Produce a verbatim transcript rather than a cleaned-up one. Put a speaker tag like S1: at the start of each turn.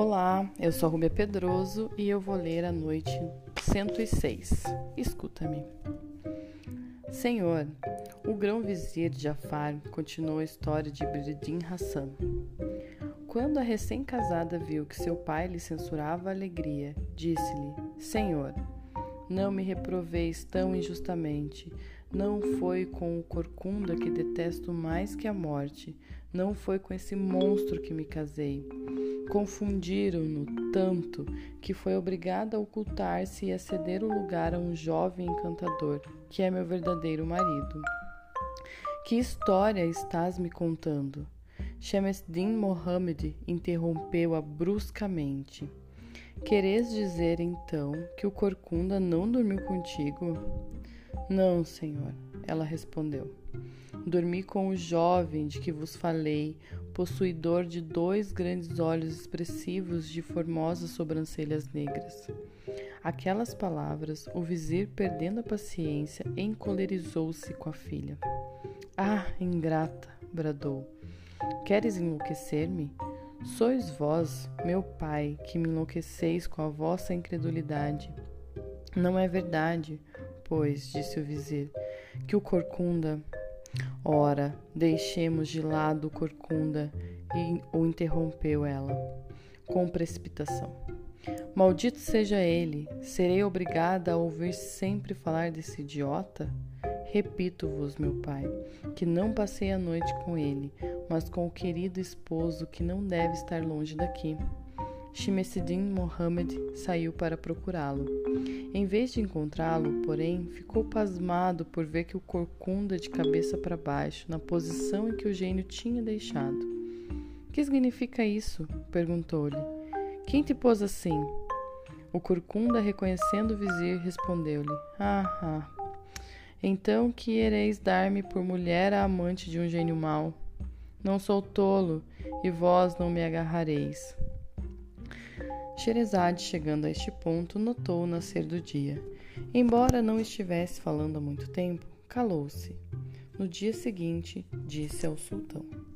S1: Olá, eu sou a Rúbia Pedroso e eu vou ler a noite cento e seis. Escuta-me. Senhor, o grão-vizir Jafar continuou a história de Bedreddin Hassan. Quando a recém-casada viu que seu pai lhe censurava a alegria, disse-lhe: Senhor, não me reproveis tão injustamente. Não foi com o corcunda que detesto mais que a morte. Não foi com esse monstro que me casei. Confundiram-no tanto que foi obrigada a ocultar-se e a ceder o lugar a um jovem encantador, que é meu verdadeiro marido. Que história estás me contando? Shamseddin Mohammed interrompeu-a bruscamente. Queres dizer, então, que o corcunda não dormiu contigo? Não, senhor, ela respondeu. Dormi com o jovem de que vos falei, possuidor de dois grandes olhos expressivos de formosas sobrancelhas negras. Aquelas palavras, o vizir, perdendo a paciência, encolerizou-se com a filha. Ah, ingrata, bradou. Queres enlouquecer-me? Sois vós, meu pai, que me enlouqueceis com a vossa incredulidade. Não é verdade, pois, disse o vizir, que o corcunda... Ora, deixemos de lado o corcunda, e o interrompeu ela, com precipitação. Maldito seja ele, serei obrigada a ouvir sempre falar desse idiota? Repito-vos, meu pai, que não passei a noite com ele, mas com o querido esposo que não deve estar longe daqui. Shamseddin Mohammed saiu para procurá-lo. Em vez de encontrá-lo, porém, ficou pasmado por ver que o corcunda de cabeça para baixo, na posição em que o gênio tinha deixado. — Que significa isso? Perguntou-lhe. — Quem te pôs assim? O corcunda, reconhecendo o vizir, respondeu-lhe. — Ah, ah. Então que ireis dar-me por mulher a amante de um gênio mau? Não sou tolo, e vós não me agarrareis. Sherazade, chegando a este ponto, notou o nascer do dia. Embora não estivesse falando há muito tempo, calou-se. No dia seguinte, disse ao sultão: